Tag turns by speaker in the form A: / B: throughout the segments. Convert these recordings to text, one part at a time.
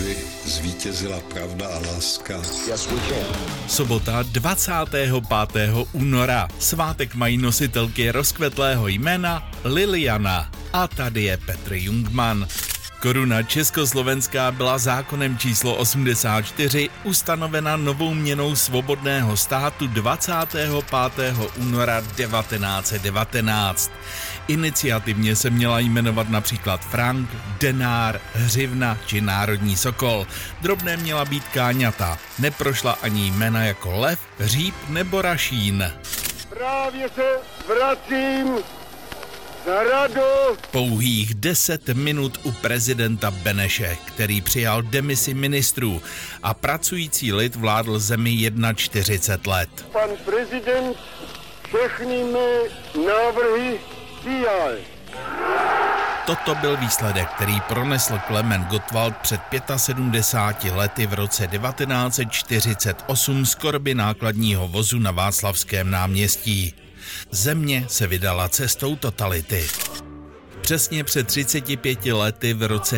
A: aby zvítězila pravda a láska.
B: Sobota 25. února. Svátek mají nositelky rozkvetlého jména Liliana. A tady je Petr Jungmann. Koruna československá byla zákonem číslo 84 ustanovena novou měnou svobodného státu 25. února 1919. Iniciativně se měla jmenovat například frank, denár, hřivna či národní sokol. Drobné měla být káňata. Neprošla ani jména jako lev, hříb nebo rašín.
C: Právě se vracím za radu.
B: Pouhých 10 minut u prezidenta Beneše, který přijal demisi ministrů a pracující lid vládl zemi 41 let.
C: Pan prezident všechny mé návrhy přijal.
B: Toto byl výsledek, který pronesl Klement Gottwald před 75 lety v roce 1948 z korby nákladního vozu na Václavském náměstí. Země se vydala cestou totality. Přesně před 35 lety v roce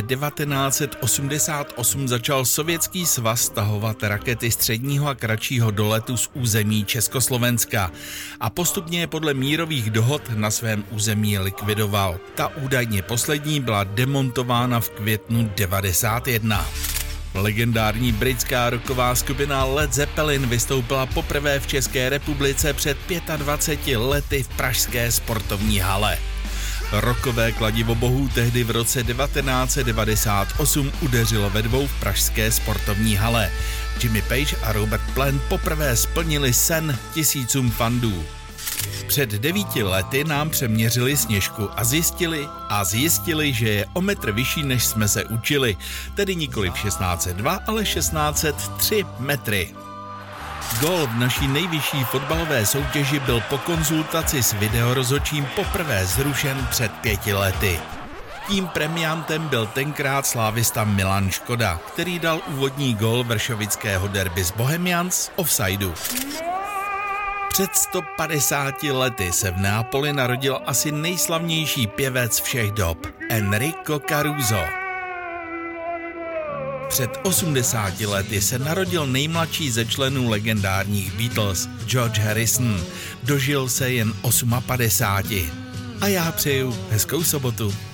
B: 1988 začal Sovětský svaz stahovat rakety středního a kratšího doletu z území Československa a postupně je podle mírových dohod na svém území likvidoval. Ta údajně poslední byla demontována v květnu 91. Legendární britská rocková skupina Led Zeppelin vystoupila poprvé v České republice před 25 lety v pražské sportovní hale. Rockové kladivo bohů tehdy v roce 1998 udeřilo ve dvou v pražské sportovní hale. Jimmy Page a Robert Plant poprvé splnili sen tisícům fandů. Před 9 lety nám přeměřili Sněžku a zjistili, že je o metr vyšší, než jsme se učili. Tedy nikoli v 1602, ale 1603 metry. Gól v naší nejvyšší fotbalové soutěži byl po konzultaci s videorozhodčím poprvé zrušen před 5 lety. Tím premiantem byl tenkrát slávista Milan Škoda, který dal úvodní gól vršovického derby z Bohemians z offsideu. Před 150 lety se v Neapoli narodil asi nejslavnější pěvec všech dob, Enrico Caruso. Před 80 lety se narodil nejmladší ze členů legendárních Beatles, George Harrison. Dožil se jen 58. A já přeju hezkou sobotu.